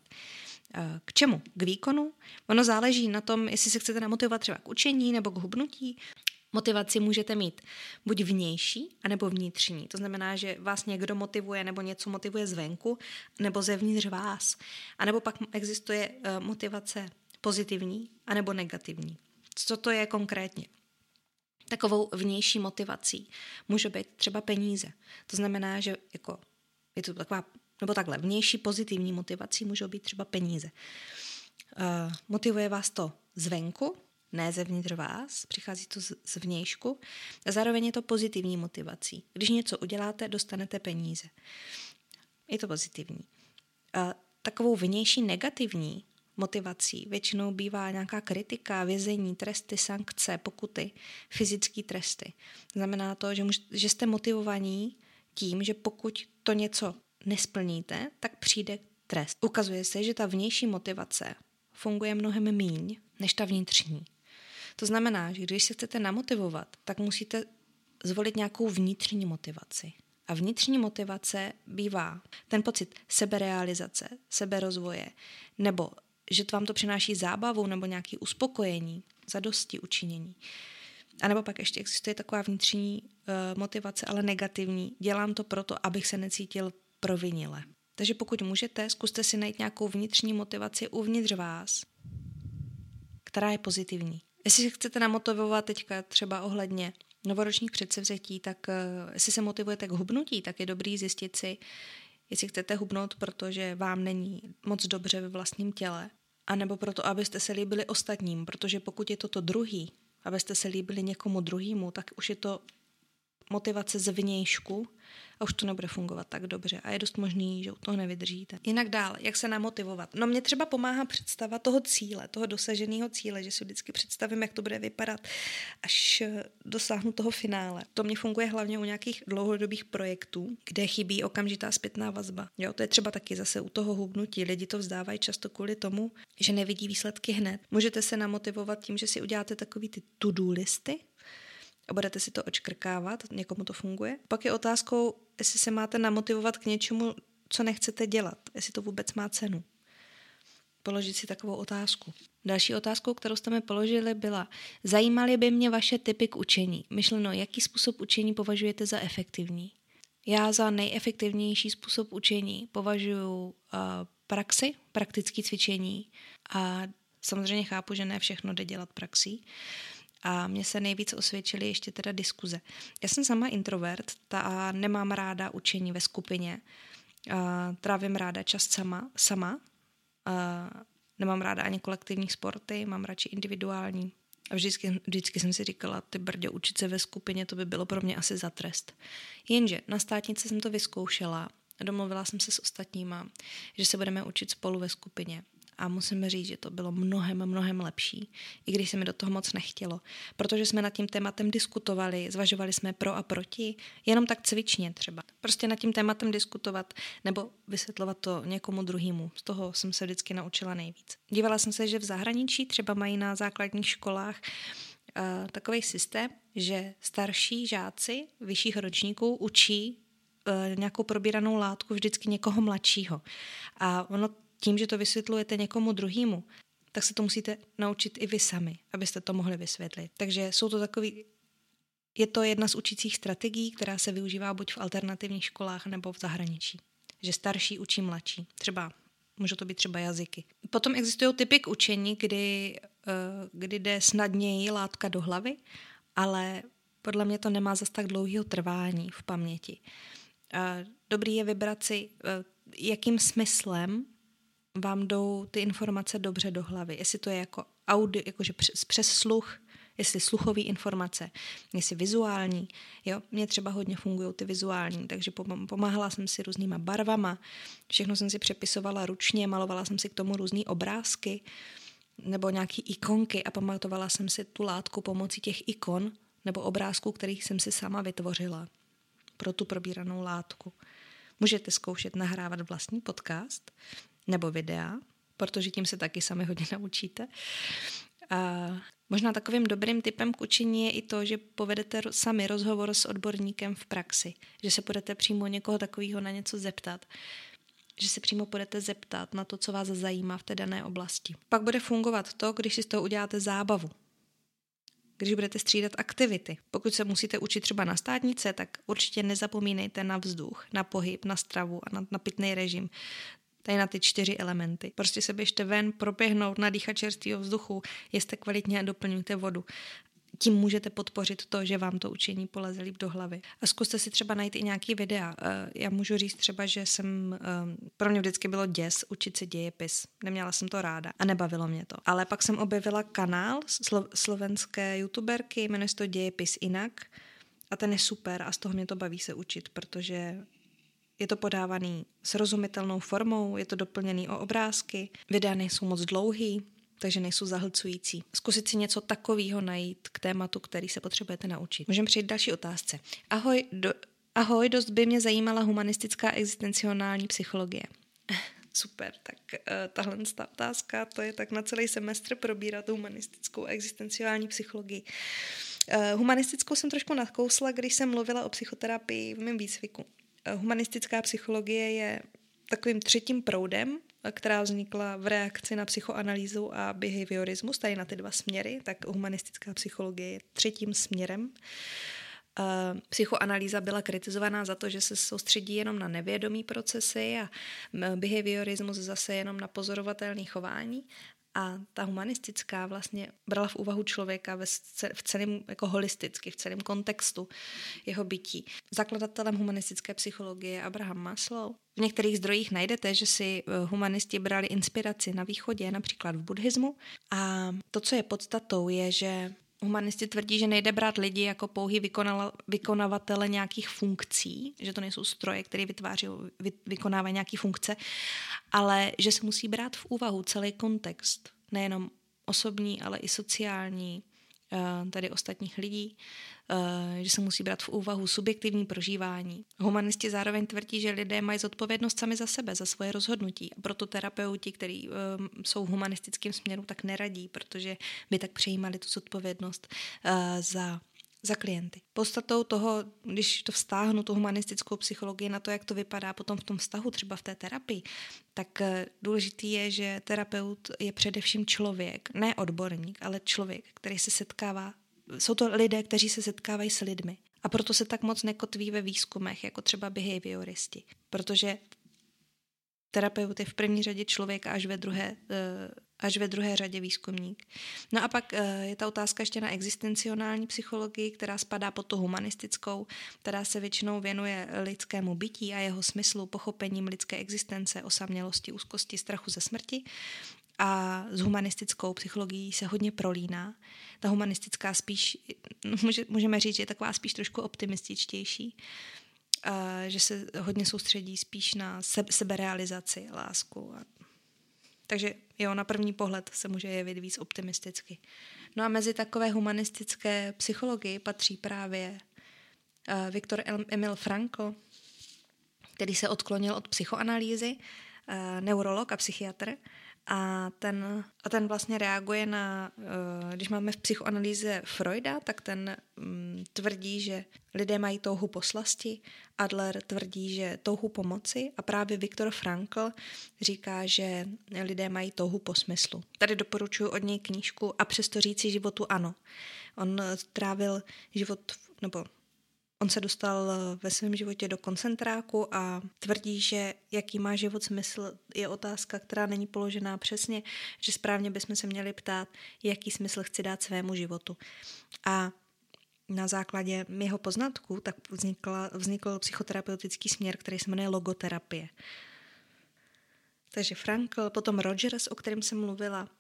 K čemu? K výkonu? Ono záleží na tom, jestli se chcete namotivovat třeba k učení nebo k hubnutí. Motivaci můžete mít buď vnější, anebo vnitřní. To znamená, že vás někdo motivuje nebo něco motivuje zvenku, nebo zevnitř vás. A nebo pak existuje motivace pozitivní, anebo negativní. Co to je konkrétně? Takovou vnější motivací může být třeba peníze. To znamená, že jako je to taková, nebo takhle, vnější pozitivní motivací můžou být třeba peníze. Uh, motivuje vás to zvenku, ne zevnitř vás, přichází to z, z vnějšku a zároveň je to pozitivní motivací. Když něco uděláte, dostanete peníze. Je to pozitivní. Uh, takovou vnější negativní motivací většinou bývá nějaká kritika, vězení, tresty, sankce, pokuty, fyzické tresty. Znamená to, že, můž, že jste motivovaní tím, že pokud to něco nesplníte, tak přijde trest. Ukazuje se, že ta vnější motivace funguje mnohem míň než ta vnitřní. To znamená, že když se chcete namotivovat, tak musíte zvolit nějakou vnitřní motivaci. A vnitřní motivace bývá ten pocit seberealizace, seberozvoje, nebo že vám to přináší zábavu nebo nějaké uspokojení, zadosti učinění. A nebo pak ještě existuje taková vnitřní uh, motivace, ale negativní. Dělám to proto, abych se necítil provinile. Takže pokud můžete, zkuste si najít nějakou vnitřní motivaci uvnitř vás, která je pozitivní. Jestli se chcete namotivovat teďka třeba ohledně novoročních předsevzetí, tak uh, jestli se motivujete k hubnutí, tak je dobrý zjistit si, jestli chcete hubnout, protože vám není moc dobře ve vlastním těle, anebo proto, abyste se líbili ostatním, protože pokud je to to druhý, abyste se líbili někomu druhému, tak už je to motivace zvnějšku a už to nebude fungovat tak dobře a je dost možný, že u toho nevydržíte. Jinak dál, jak se namotivovat? No mě třeba pomáhá představa toho cíle, toho dosaženého cíle, že si vždycky představím, jak to bude vypadat, až dosáhnu toho finále. To mě funguje hlavně u nějakých dlouhodobých projektů, kde chybí okamžitá zpětná vazba. Jo, to je třeba taky zase u toho hubnutí. Lidi to vzdávají často kvůli tomu, že nevidí výsledky hned. Můžete se namotivovat tím, že si uděláte takový ty to-do listy, a budete si to očkrkávat, někomu to funguje. Pak je otázkou, jestli se máte namotivovat k něčemu, co nechcete dělat, jestli to vůbec má cenu. Položit si takovou otázku. Další otázkou, kterou jste mi položili, byla: zajímaly by mě vaše tipy k učení. Myšleno, jaký způsob učení považujete za efektivní? Já za nejefektivnější způsob učení považuji uh, praxi, praktické cvičení a samozřejmě chápu, že ne všechno jde dělat praxí. A mně se nejvíc osvědčily ještě teda diskuze. Já jsem sama introvert a nemám ráda učení ve skupině. A trávím ráda čas sama. sama. A nemám ráda ani kolektivní sporty, mám radši individuální. A vždycky, vždycky jsem si říkala, ty brdě, učit se ve skupině, to by bylo pro mě asi za trest. Jenže na státnici jsem to vyzkoušela. Domluvila jsem se s ostatníma, že se budeme učit spolu ve skupině. A musím říct, že to bylo mnohem, mnohem lepší, i když se mi do toho moc nechtělo. Protože jsme nad tím tématem diskutovali, zvažovali jsme pro a proti, jenom tak cvičně třeba. Prostě nad tím tématem diskutovat nebo vysvětlovat to někomu druhému. Z toho jsem se vždycky naučila nejvíc. Dívala jsem se, že v zahraničí třeba mají na základních školách uh, takový systém, že starší žáci vyšších ročníků učí uh, nějakou probíranou látku vždycky někoho mladšího. A ono tím, že to vysvětlujete někomu druhému, tak se to musíte naučit i vy sami, abyste to mohli vysvětlit. Takže jsou to takový, je to jedna z učících strategií, která se využívá buď v alternativních školách nebo v zahraničí. Že starší učí mladší. Třeba, můžou to být třeba jazyky. Potom existují typy k učení, kdy, kdy jde snadněji látka do hlavy, ale podle mě to nemá zas tak dlouhého trvání v paměti. Dobrý je vybrat si, jakým smyslem vám jdou ty informace dobře do hlavy. Jestli to je jako audio, jakože přes, přes sluch, jestli sluchový informace, jestli vizuální. Jo? Mně třeba hodně fungují ty vizuální, takže pomáhala jsem si různýma barvama, všechno jsem si přepisovala ručně, malovala jsem si k tomu různý obrázky nebo nějaký ikonky a pamatovala jsem si tu látku pomocí těch ikon nebo obrázků, kterých jsem si sama vytvořila pro tu probíranou látku. Můžete zkoušet nahrávat vlastní podcast nebo videa, protože tím se taky sami hodně naučíte. A možná takovým dobrým tipem k učení je i to, že povedete sami rozhovor s odborníkem v praxi, že se budete přímo někoho takového na něco zeptat, že se přímo budete zeptat na to, co vás zajímá v té dané oblasti. Pak bude fungovat to, když si z toho uděláte zábavu. Když budete střídat aktivity. Pokud se musíte učit třeba na státnice, tak určitě nezapomínejte na vzduch, na pohyb, na stravu a na, na pitný režim. Tady na ty čtyři elementy. Prostě se běžte ven, proběhnout, nadýchat čerstvého vzduchu, jeste kvalitně a doplňujte vodu. Tím můžete podpořit to, že vám to učení poleze líp do hlavy. A zkuste si třeba najít i nějaký videa. Já můžu říct třeba, že jsem, pro mě vždycky bylo děs učit si dějepis. Neměla jsem to ráda a nebavilo mě to. Ale pak jsem objevila kanál slo- slovenské youtuberky, jmenuje se to Dějepis jinak a ten je super a z toho mě to baví se učit, protože je to podávaný srozumitelnou formou, je to doplněný o obrázky, videa nejsou moc dlouhý, takže nejsou zahlcující. Zkusit si něco takového najít k tématu, který se potřebujete naučit. Můžeme přijít k další otázce. Ahoj, do, ahoj, dost by mě zajímala humanistická existenciální psychologie. Super, tak uh, tahle otázka, to je tak na celý semestr probírat humanistickou existenciální psychologii. Uh, humanistickou jsem trošku nakousla, když jsem mluvila o psychoterapii v mém výcviku. Uh, humanistická psychologie je takovým třetím proudem, která vznikla v reakci na psychoanalýzu a behaviorismus, tady na ty dva směry, tak humanistická psychologie je třetím směrem. Uh, psychoanalýza byla kritizovaná za to, že se soustředí jenom na nevědomý procesy a behaviorismus zase jenom na pozorovatelné chování. A ta humanistická vlastně brala v úvahu člověka ve, v celém, jako holisticky, v celém kontextu jeho bytí. Zakladatelem humanistické psychologie je Abraham Maslow. V některých zdrojích najdete, že si humanisti brali inspiraci na východě, například v buddhismu. A to, co je podstatou, je, že humanisti tvrdí, že nejde brát lidi jako pouhý vykonavatele nějakých funkcí, že to nejsou stroje, které vytváří, vy, vykonávají nějaké funkce, ale že se musí brát v úvahu celý kontext, nejenom osobní, ale i sociální, tady ostatních lidí, že se musí brát v úvahu subjektivní prožívání. Humanisti zároveň tvrdí, že lidé mají zodpovědnost sami za sebe, za svoje rozhodnutí. A proto terapeuti, kteří jsou v humanistickém směru, tak neradí, protože by tak přejímali tu zodpovědnost za za klienty. Podstatou toho, když to vztáhnu, tu humanistickou psychologii na to, jak to vypadá potom v tom vztahu, třeba v té terapii, tak důležitý je, že terapeut je především člověk, ne odborník, ale člověk, který se setkává, jsou to lidé, kteří se setkávají s lidmi. A proto se tak moc nekotví ve výzkumech, jako třeba behavioristi. Protože terapeut je v první řadě člověk a až ve druhé, až ve druhé řadě výzkumník. No a pak je ta otázka ještě na existencionální psychologii, která spadá pod tu humanistickou, která se většinou věnuje lidskému bytí a jeho smyslu, pochopením lidské existence, osamělosti, úzkosti, strachu ze smrti. A s humanistickou psychologií se hodně prolíná. Ta humanistická spíš, můžeme říct, že je taková spíš trošku optimističtější, že se hodně soustředí spíš na seberealizaci, lásku. Takže jo, na první pohled se může jevit víc optimisticky. No a mezi takové humanistické psychologii patří právě Viktor Emil Frankl, který se odklonil od psychoanalýzy, neurolog a psychiatr, a ten, a ten vlastně reaguje na, když máme v psychoanalýze Freuda, tak ten um, tvrdí, že lidé mají touhu po slasti, Adler tvrdí, že touhu po moci a právě Viktor Frankl říká, že lidé mají touhu po smyslu. Tady doporučuji od něj knížku A přesto říci životu ano. On trávil život, nebo on se dostal ve svém životě do koncentráku a tvrdí, že jaký má život smysl, je otázka, která není položená přesně, že správně bychom se měli ptát, jaký smysl chci dát svému životu. A na základě jeho poznatků tak vznikla, vznikl psychoterapeutický směr, který se jmenuje logoterapie. Takže Frankl, potom Rogers, o kterém jsem mluvila,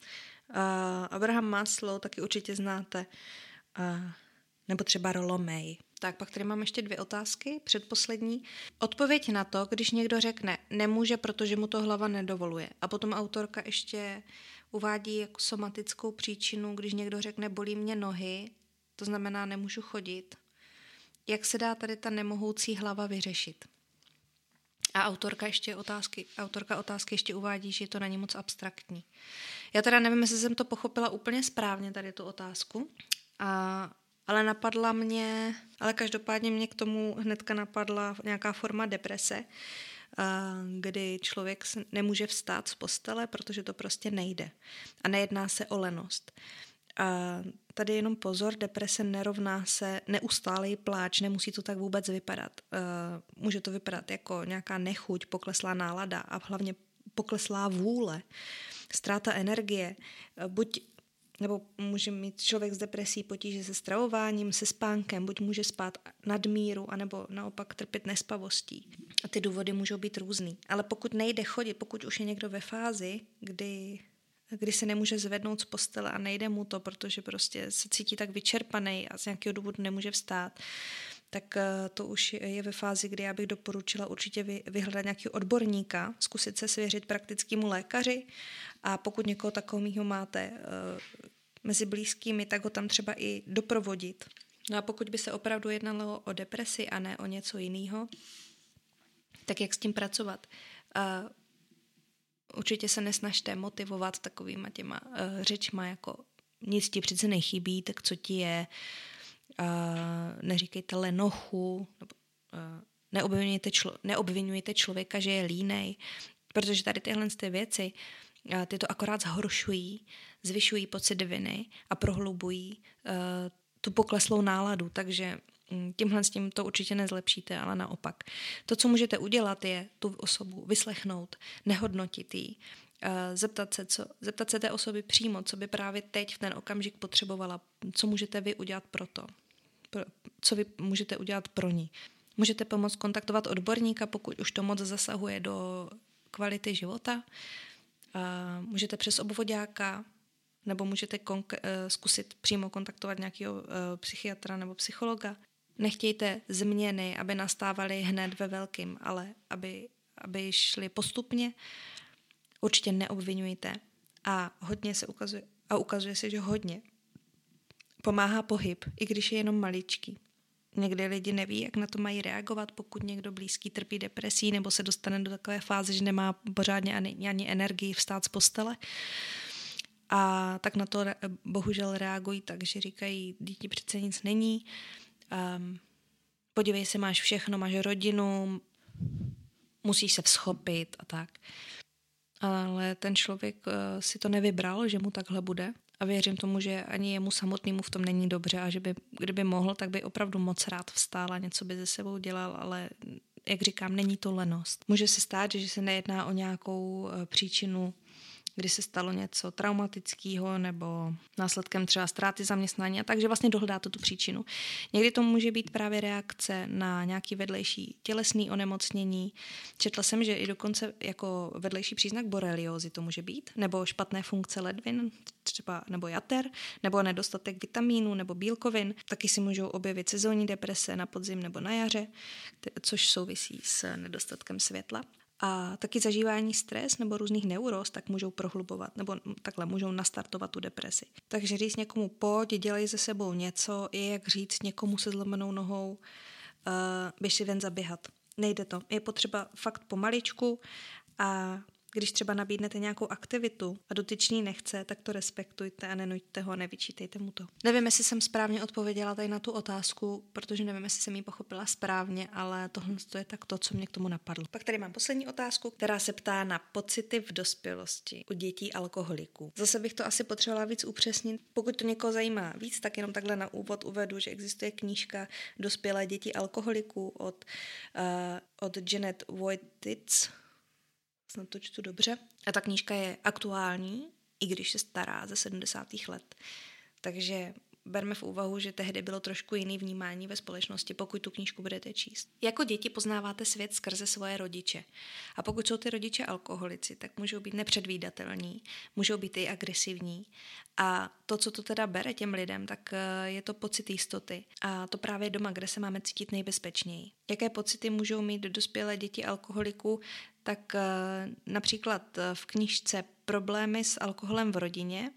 Abraham Maslow taky určitě znáte, uh, nebo třeba Rollo May. Tak pak tady mám ještě dvě otázky, předposlední. Odpověď na to, když někdo řekne nemůže, protože mu to hlava nedovoluje. A potom autorka ještě uvádí jako somatickou příčinu, když někdo řekne bolí mě nohy, to znamená nemůžu chodit. Jak se dá tady ta nemohoucí hlava vyřešit? A autorka ještě otázky, autorka otázky ještě uvádí, že je to na ní moc abstraktní. Já teda nevím, jestli jsem to pochopila úplně správně, tady tu otázku, a, ale napadla mě, ale každopádně mě k tomu hnedka napadla nějaká forma deprese, a, kdy člověk nemůže vstát z postele, protože to prostě nejde. A nejedná se o lenost. A tady jenom pozor, deprese nerovná se neustálý pláč, nemusí to tak vůbec vypadat. Uh, může to vypadat jako nějaká nechuť, pokleslá nálada a hlavně pokleslá vůle, ztráta energie. Uh, buď, nebo může mít člověk s depresí potíže se stravováním, se spánkem, buď může spát nadmíru, anebo naopak trpět nespavostí. A ty důvody můžou být různý. Ale pokud nejde chodit, pokud už je někdo ve fázi, kdy... kdy se nemůže zvednout z postele a nejde mu to, protože prostě se cítí tak vyčerpaný a z nějakého důvodu nemůže vstát, tak to už je ve fázi, kdy já bych doporučila určitě vyhledat nějakého odborníka, zkusit se svěřit praktickému lékaři a pokud někoho takového máte mezi blízkými, tak ho tam třeba i doprovodit. No a pokud by se opravdu jednalo o depresi a ne o něco jiného, tak jak s tím pracovat? Určitě se nesnažte motivovat takovýma těma uh, řečma, jako nic ti přece nechybí, tak co ti je, uh, neříkejte lenochu, nebo, uh, neobvinujte, člo- neobvinujte člověka, že je línej, protože tady tyhle ty věci, uh, ty to akorát zhoršují, zvyšují pocit viny a prohlubují uh, tu pokleslou náladu, takže tímhle s tím to určitě nezlepšíte, ale naopak. To, co můžete udělat, je tu osobu vyslechnout, nehodnotit ji, zeptat se, co, zeptat se té osoby přímo, co by právě teď v ten okamžik potřebovala, co můžete vy udělat pro to, co vy můžete udělat pro ní. Můžete pomoct kontaktovat odborníka, pokud už to moc zasahuje do kvality života. Můžete přes obvoďáka, nebo můžete konk- zkusit přímo kontaktovat nějakého uh, psychiatra nebo psychologa. Nechtějte změny, aby nastávaly hned ve velkým, ale aby, aby šly postupně. Určitě neobvinujte. A hodně se ukazuje, a ukazuje se, že hodně pomáhá pohyb, i když je jenom maličký. Někdy lidi neví, jak na to mají reagovat, pokud někdo blízký trpí depresí nebo se dostane do takové fáze, že nemá pořádně ani, ani energii vstát z postele. A tak na to bohužel reagují tak, že říkají, dítě přece nic není, um, podívej se, máš všechno, máš rodinu, musíš se vzchopit a tak. Ale ten člověk uh, si to nevybral, že mu takhle bude a věřím tomu, že ani jemu samotnému v tom není dobře a že by, kdyby mohl, tak by opravdu moc rád vstál a něco by ze sebou dělal, ale jak říkám, není to lenost. Může se stát, že se nejedná o nějakou uh, příčinu, kdy se stalo něco traumatického nebo následkem třeba ztráty zaměstnání a takže vlastně dohledáte tu příčinu. Někdy to může být právě reakce na nějaký vedlejší tělesný onemocnění. Četla jsem, že i dokonce jako vedlejší příznak boreliózy to může být, nebo špatné funkce ledvin, třeba nebo jater, nebo nedostatek vitamínů nebo bílkovin. Taky si můžou objevit sezónní deprese na podzim nebo na jaře, což souvisí s nedostatkem světla. A taky zažívání stres nebo různých neuróz tak můžou prohlubovat nebo takhle můžou nastartovat tu depresi. Takže říct někomu pojď, dělej ze sebou něco, je jak říct někomu se zlomenou nohou uh, běž si ven zaběhat. Nejde to. Je potřeba fakt pomaličku a když třeba nabídnete nějakou aktivitu a dotyčný nechce, tak to respektujte a nenuďte ho, nevyčítejte mu to. Nevím, jestli jsem správně odpověděla tady na tu otázku, protože nevím, jestli jsem ji pochopila správně, ale tohle je tak to, co mě k tomu napadlo. Pak tady mám poslední otázku, která se ptá na pocity v dospělosti u dětí alkoholiků. Zase bych to asi potřebovala víc upřesnit. Pokud to někoho zajímá víc, tak jenom takhle na úvod uvedu, že existuje knížka Dospělé děti alkoholiků od, uh, od Janet Voititz, snad to čtu dobře. A ta knížka je aktuální, i když je stará, ze sedmdesátých let. Takže berme v úvahu, že tehdy bylo trošku jiný vnímání ve společnosti, pokud tu knížku budete číst. Jako děti poznáváte svět skrze svoje rodiče. A pokud jsou ty rodiče alkoholici, tak můžou být nepředvídatelní, můžou být i agresivní. A to, co to teda bere těm lidem, tak je to pocit jistoty. A to právě doma, kde se máme cítit nejbezpečněji. Jaké pocity můžou mít dospělé děti alkoholiků, tak například v knížce Problémy s alkoholem v rodině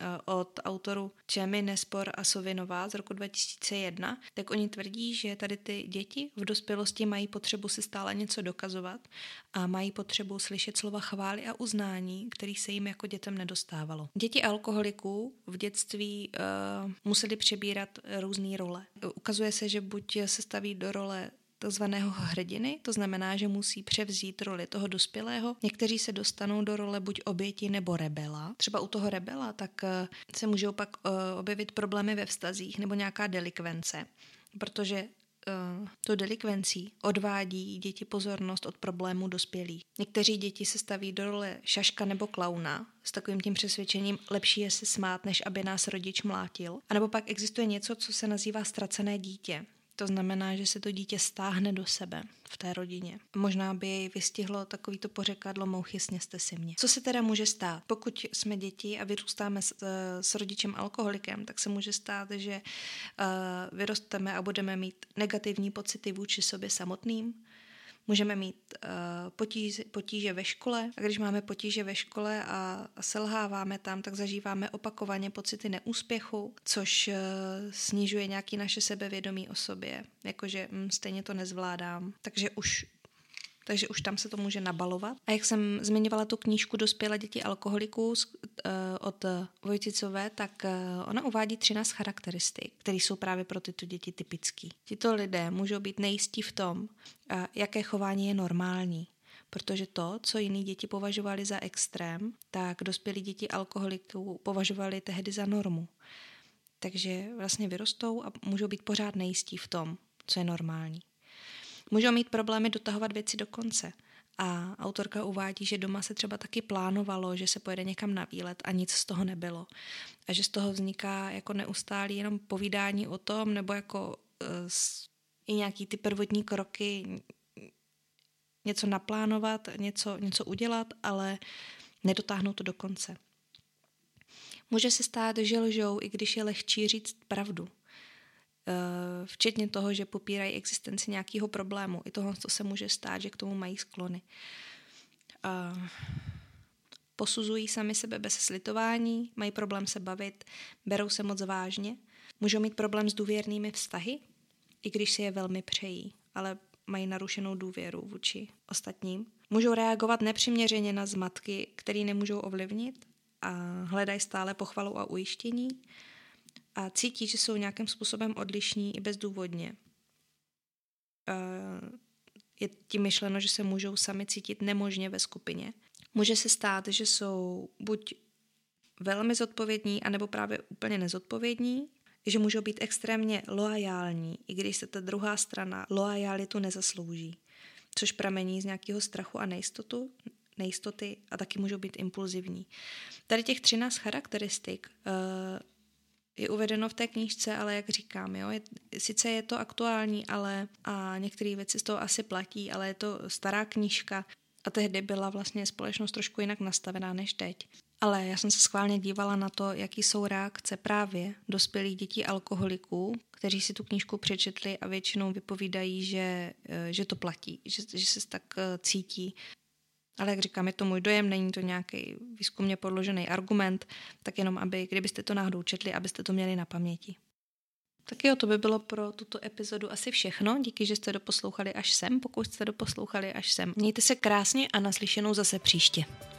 od autorů Čemy, Nespor a Sovinová z roku dva tisíce jedna, tak oni tvrdí, že tady ty děti v dospělosti mají potřebu si stále něco dokazovat a mají potřebu slyšet slova chvály a uznání, kterých se jim jako dětem nedostávalo. Děti alkoholiků v dětství uh, museli přebírat různé role. Ukazuje se, že buď se staví do role takzvaného hrdiny, to znamená, že musí převzít roli toho dospělého. Někteří se dostanou do role buď oběti nebo rebela. Třeba u toho rebela tak se můžou pak objevit problémy ve vztazích nebo nějaká delikvence, protože to delikvencí odvádí děti pozornost od problémů dospělých. Někteří děti se staví do role šaška nebo klauna s takovým tím přesvědčením, lepší je se smát, než aby nás rodič mlátil. A nebo pak existuje něco, co se nazývá ztracené dítě. To znamená, že se to dítě stáhne do sebe v té rodině. Možná by jej vystihlo takovýto pořekadlo mouchy, sněste si mě. Co se teda může stát? Pokud jsme děti a vyrůstáme s, s rodičem alkoholikem, tak se může stát, že uh, vyrosteme a budeme mít negativní pocity vůči sobě samotným. Můžeme mít uh, potíže, potíže ve škole a když máme potíže ve škole a, a selháváme tam, tak zažíváme opakovaně pocity neúspěchu, což uh, snižuje nějaký naše sebevědomí o sobě, jakože hm, stejně to nezvládám, takže už takže už tam se to může nabalovat. A jak jsem zmiňovala tu knížku Dospělé děti alkoholiků od Vojticové, tak ona uvádí třináct charakteristik, které jsou právě pro tyto děti typický. Tito lidé můžou být nejistí v tom, jaké chování je normální, protože to, co jiní děti považovali za extrém, tak dospělí děti alkoholiků považovali tehdy za normu. Takže vlastně vyrostou a můžou být pořád nejistí v tom, co je normální. Můžou mít problémy dotahovat věci do konce. A autorka uvádí, že doma se třeba taky plánovalo, že se pojede někam na výlet a nic z toho nebylo. A že z toho vzniká jako neustálý jenom povídání o tom, nebo jako uh, i nějaký ty prvotní kroky, něco naplánovat, něco, něco udělat, ale nedotáhnout to do konce. Může se stát, že lžou, i když je lehčí říct pravdu. Včetně toho, že popírají existenci nějakého problému. I toho se může stát, že k tomu mají sklony. Posuzují sami sebe bez slitování, mají problém se bavit, berou se moc vážně. Můžou mít problém s důvěrnými vztahy, i když si je velmi přejí, ale mají narušenou důvěru vůči ostatním. Můžou reagovat nepřiměřeně na zmatky, které nemůžou ovlivnit a hledají stále pochvalu a ujištění. A cítí, že jsou nějakým způsobem odlišní i bezdůvodně. Je tím myšleno, že se můžou sami cítit nemožně ve skupině. Může se stát, že jsou buď velmi zodpovědní, anebo právě úplně nezodpovědní, že můžou být extrémně loajální, i když se ta druhá strana loajalitu nezaslouží, což pramení z nějakého strachu a nejistotu, nejistoty a taky můžou být impulzivní. Tady těch třináct charakteristik je uvedeno v té knížce, ale jak říkám, jo, je, sice je to aktuální, ale a některé věci z toho asi platí, ale je to stará knížka a tehdy byla vlastně společnost trošku jinak nastavená než teď. Ale já jsem se schválně dívala na to, jaký jsou reakce právě dospělých dětí alkoholiků, kteří si tu knížku přečetli a většinou vypovídají, že, že to platí, že, že se tak cítí. Ale jak říkám, je to můj dojem, není to nějaký výzkumně podložený argument, tak jenom, aby, kdybyste to náhodou četli, abyste to měli na paměti. Tak jo, to by bylo pro tuto epizodu asi všechno. Díky, že jste doposlouchali až sem, pokud jste doposlouchali až sem. Mějte se krásně a naslyšenou zase příště.